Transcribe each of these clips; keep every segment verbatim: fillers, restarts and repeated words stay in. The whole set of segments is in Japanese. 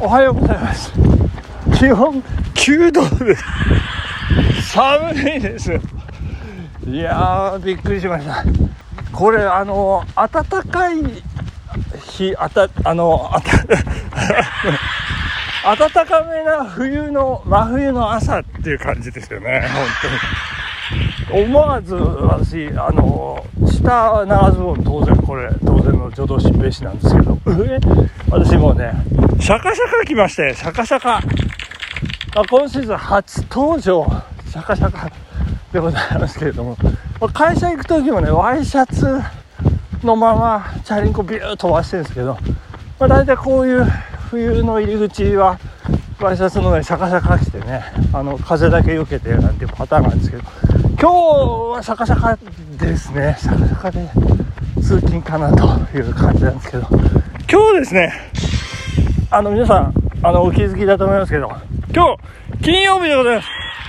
おはようございます。気温きゅうどです。寒いです。いやーびっくりしました。これあの暖かい日あたあのあた暖かめな冬の真冬の朝っていう感じですよね。本当に思わず私あの下長ズボン、当然これ当然の助動心兵士なんですけど、上私もねシャカシャカ来まして、シャカシャカ、あ今シーズン初登場シャカシャカでございますけれども、会社行く時もねワイシャツのままチャリンコビューッ飛ばしてるんですけど、まあ、大体こういう冬の入り口はワイシャツの上シャカシャカ着てね、あの風だけ避けてなんていうパターンなんですけど、今日はシャカシャカですね。シャカシャカで通勤かなという感じなんですけど、今日ですね、あの皆さんあのお気づきだと思いますけど、今日金曜日でございます。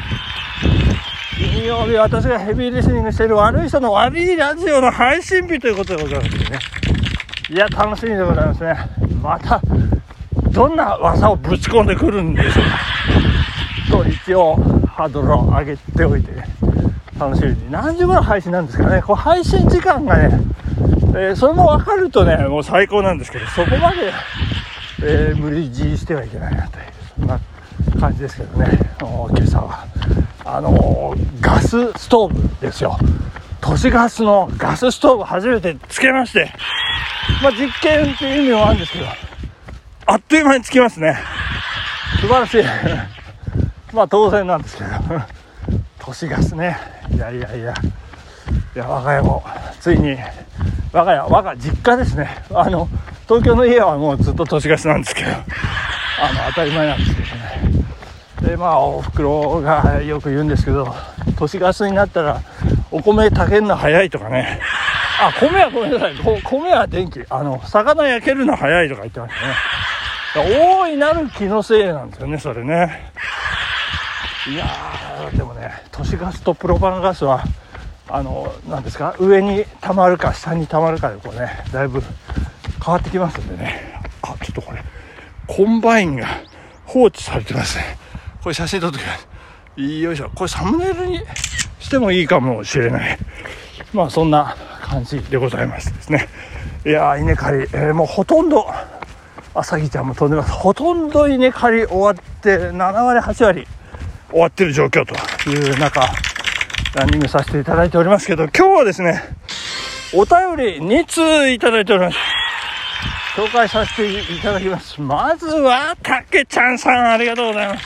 金曜日は私がヘビーリスニングしている悪い人の悪いラジオの配信日ということでございますね。いや楽しみでございますね。またどんな技をぶち込んでくるんでしょうかと一応ハードルを上げておいて、ね、楽しみに。何時頃配信なんですかね。こう配信時間がね、えー、それも分かるとねもう最高なんですけど、そこまで、えー、無理強いしてはいけないなというそんな感じですけどね。今朝はあのー、ガスストーブですよ。都市ガスのガスストーブ初めてつけまして、まあ実験っていう意味もあるんですけど、あっという間につきますね。素晴らしいまあ当然なんですけど都市ガスね。いやいやいやいや、我が家もついに我が家我が実家ですね。あの東京の家はもうずっと都市ガスなんですけど、あの当たり前なんですけどね。でまあお袋がよく言うんですけど、都市ガスになったらお米炊けるの早いとかね。あ、米はごめんなさい、米は電気、あの魚焼けるの早いとか言ってましたね。大いなる気のせいなんですよね、それね。いやーでもね、都市ガスとプロパンガスはあのなんですか、上に溜まるか下に溜まるかでこうねだいぶ変わってきますんでね。あ、ちょっとこれコンバインが放置されてますね。これ写真撮ってください。よいしょ。これサムネイルにしてもいいかもしれない。まあそんな感じでございますですね。いやー稲刈り、えー、もうほとんどあさぎちゃんも飛んでます。ほとんど稲刈り終わってななわりはちわり終わってる状況という中ランニングさせていただいておりますけど、今日はですねお便りにつういただいております。紹介させていただきます。まずはたけちゃんさん、ありがとうございます。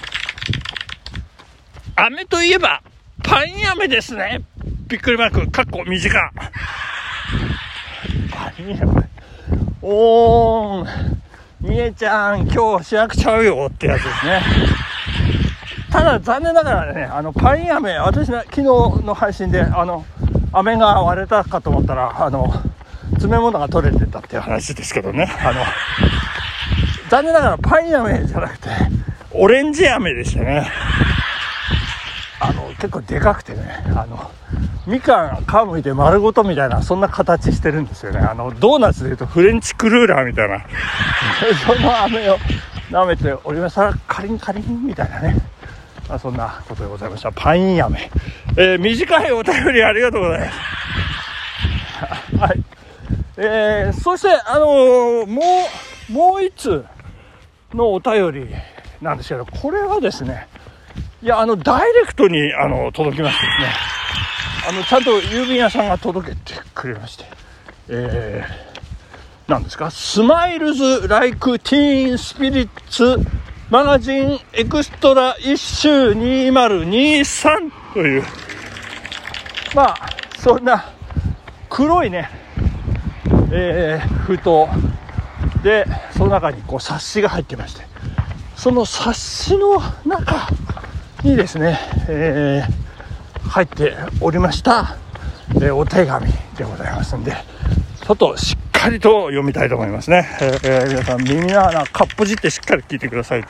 飴といえばパイン飴ですね。びっくりマークかっこ短。パイン飴、おーんみえちゃん今日主役ちゃうよってやつですね。ただ残念ながらね、あのパイン飴、私の昨日の配信であの飴が割れたかと思ったらあの詰め物が取れてたっていう話ですけどね。あの残念ながらパイン飴じゃなくてオレンジ飴でしたね。あの結構でかくてね、あのみかん皮むいて丸ごとみたいなそんな形してるんですよね。あのドーナツでいうとフレンチクルーラーみたいなその飴を舐めておりましたらカリンカリンみたいなね、あそんなことでございました。パイン飴、えー、短いお便りありがとうございますはい、えー、そしてあのー、もうもう一通のお便りなんですけど、これはですね、いやあのダイレクトにあの届きましてですね、あのちゃんと郵便屋さんが届けてくれまして、えー、なんですか、スマイルズライクティーンスピリッツマガジンエクストライッシュにせんにじゅうさんという、まあそんな黒いね、えー、封筒でその中にこう冊子が入ってまして、その冊子の中にですね、えー、入っておりました、えー、お手紙でございますんで、ちょっとしっかりと読みたいと思いますね。えーえー、皆さん耳の穴かっぽじってしっかり聞いてくださいって。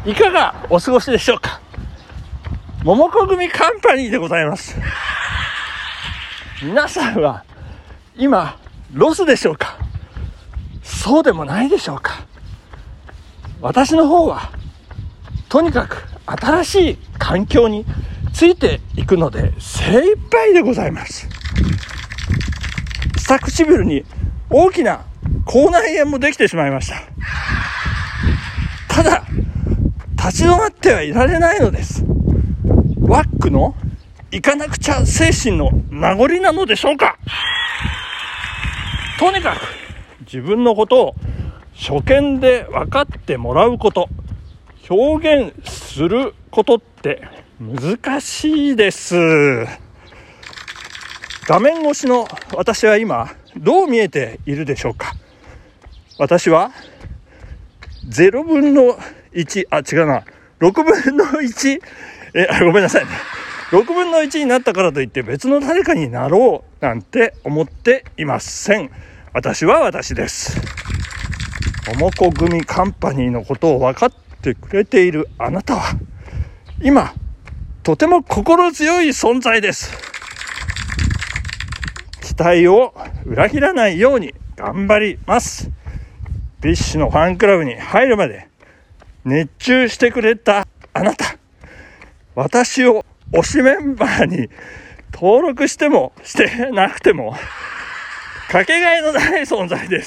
いかがお過ごしでしょうか。桃子組カンパニーでございます。皆さんは今ロスでしょうか。 そうでもないでしょうか。私の方はとにかく新しい環境についていくので精一杯でございます。下唇に大きな口内炎もできてしまいました。ただ立ち止まってはいられないのです。ワックの行かなくちゃ精神の名残なのでしょうか。とにかく自分のことを初見で分かってもらうこと、表現することって難しいです。画面越しの私は今どう見えているでしょうか。私はゼロぶんのいち、あ違うなろくぶんのいち、えごめんなさいね、ろくぶんのいちになったからといって別の誰かになろうなんて思っていません。私は私です。ともこ組カンパニーのことを分かってくれているあなたは今とても心強い存在です。期待を裏切らないように頑張ります。ビッシュのファンクラブに入るまで熱中してくれたあなた、私を推しメンバーに登録してもしてなくてもかけがえのない存在です。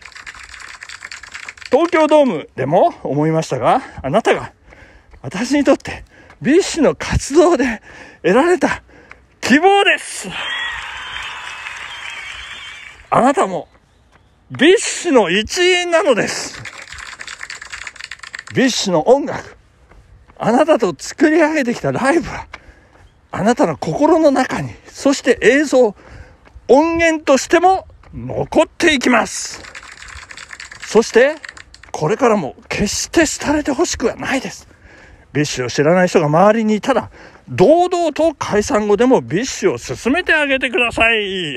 東京ドームでも思いましたが、あなたが私にとってビッシュの活動で得られた希望です。あなたもビッシュの一員なのです。ビッシュの音楽、あなたと作り上げてきたライブはあなたの心の中に、そして映像、音源としても残っていきます。そしてこれからも決して廃れてほしくはないです。ビッシュを知らない人が周りにいたら堂々と解散後でもビッシュを進めてあげてください。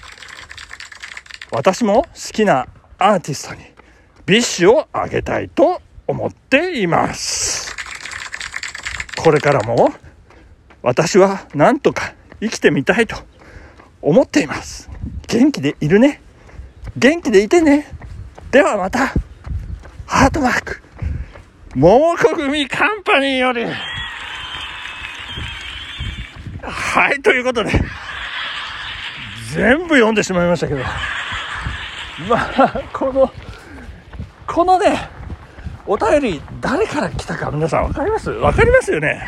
私も好きなアーティストにビッシュをあげたいと思っています。これからも私はなんとか生きてみたいと思っています。元気でいるね。元気でいてね。ではまた。ハートマーク。桃子組カンパニーより。はい、ということで全部読んでしまいましたけど、まあこのこのねお便り誰から来たか皆さん分かります？分かりますよね。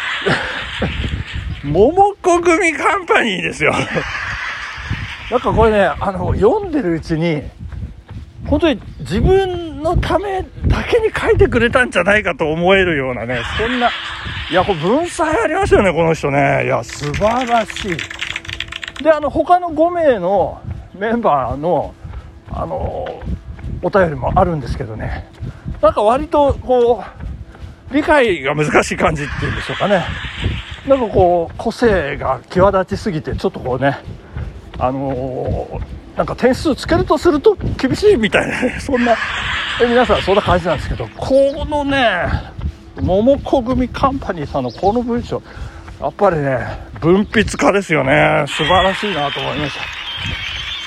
桃子組カンパニーですよ。なんかこれね、あの読んでるうちに本当に自分のためだけに書いてくれたんじゃないかと思えるようなね、そんな、いやこれ文才ありますよねこの人ね。いや素晴らしい。であの他のごめいのメンバーのあのお便りもあるんですけどね、なんか割とこう理解が難しい感じっていうんでしょうかね。なんかこう個性が際立ちすぎてちょっとこうね、あのー、なんか点数つけるとすると厳しいみたいな、ね、そんな皆さんそんな感じなんですけど、このね桃子組カンパニーさんのこの文章やっぱりね文筆家ですよね。素晴らしいなと思いました。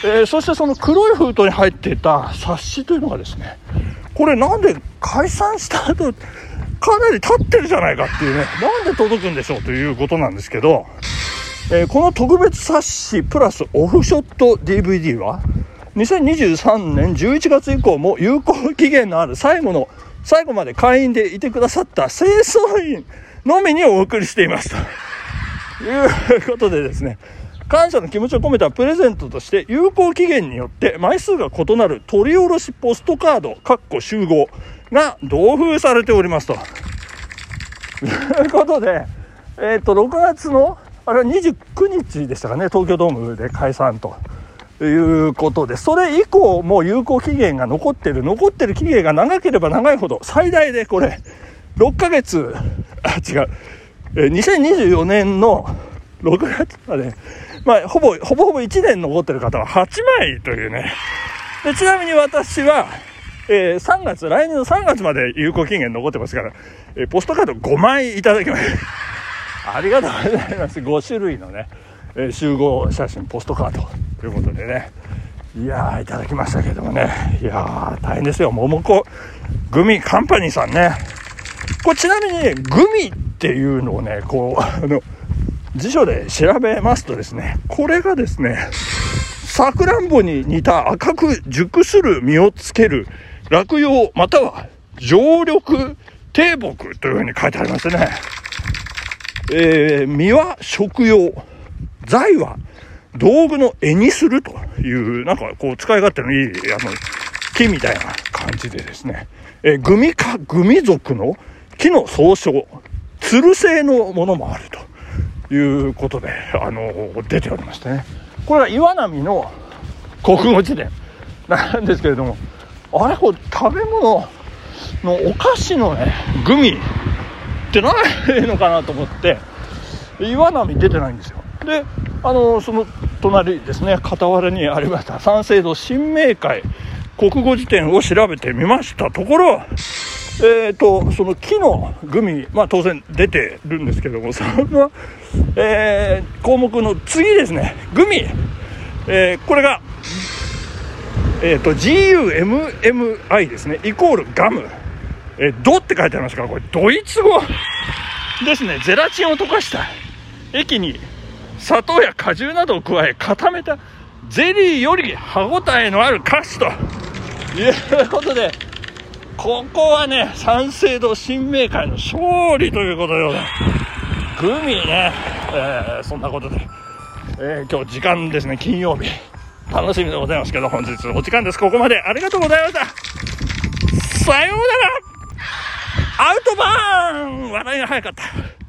えー、そしてその黒い封筒に入っていた冊子というのがですね、これなんで解散した後かなり経ってるじゃないかっていうね、なんで届くんでしょうということなんですけど、えー、この特別冊子プラスオフショット ディーブイディー はにせんにじゅうさんねんじゅういちがつ以降も有効期限のある最後の最後まで会員でいてくださった清掃員のみにお送りしていますということでですね、感謝の気持ちを込めたプレゼントとして有効期限によって枚数が異なる取り下ろしポストカード（括弧集合）が同封されておりますということで、えー、とろくがつのあれはにじゅうくにちでしたかね、東京ドームで解散ということで、それ以降も有効期限が残ってる残ってる期限が長ければ長いほど最大でこれろっかげつあ違う、えー、にせんにじゅうよねんのろくがつまで、まあ、ほぼほぼほぼいちねん残ってる方ははちまいというね。でちなみに私は、えー、さんがつ来年のさんがつまで有効期限残ってますから、えー、ポストカードごまいいただきましたありがとうございます。ごしゅるいのね、えー、集合写真ポストカードということでね、 いやーいただきましたけどもね、いやー大変ですよ。桃子グミカンパニーさんね、これちなみにグミっていうのをね、こうあの辞書で調べますとですね、これがですね、さくらんぼに似た赤く熟する実をつける落葉または常緑低木というふうに書いてありますね。えー、実は食用、材は道具の柄にするという、なんかこう使い勝手のいいあの木みたいな感じでですね、えー、グミ科グミ属の木の総称、つる製のものもあるということで、あのー、出ておりましてね、これは岩波の国語辞典なんですけれども、あれこれ食べ物のお菓子のねグミってないのかなと思って岩波出てないんですよ。であのその隣ですね、傍らにありました三省堂新明会国語辞典を調べてみましたところ、えーとその木のグミ、まあ当然出てるんですけども、その、えー、項目の次ですね、グミ、えー、これがえーと ジーユーエムエムアイ ですね、イコールガム、えー、ドって書いてありますから、これドイツ語ですね。ゼラチンを溶かした液に砂糖や果汁などを加え固めたゼリーより歯ごたえのある菓子ということで、ここはね三省堂新明会の勝利ということで、グミね、えー、そんなことで、えー、今日時間ですね、金曜日楽しみでございますけど、本日お時間です。ここまでありがとうございました。さようなら。アウトバーン、笑いが早かった。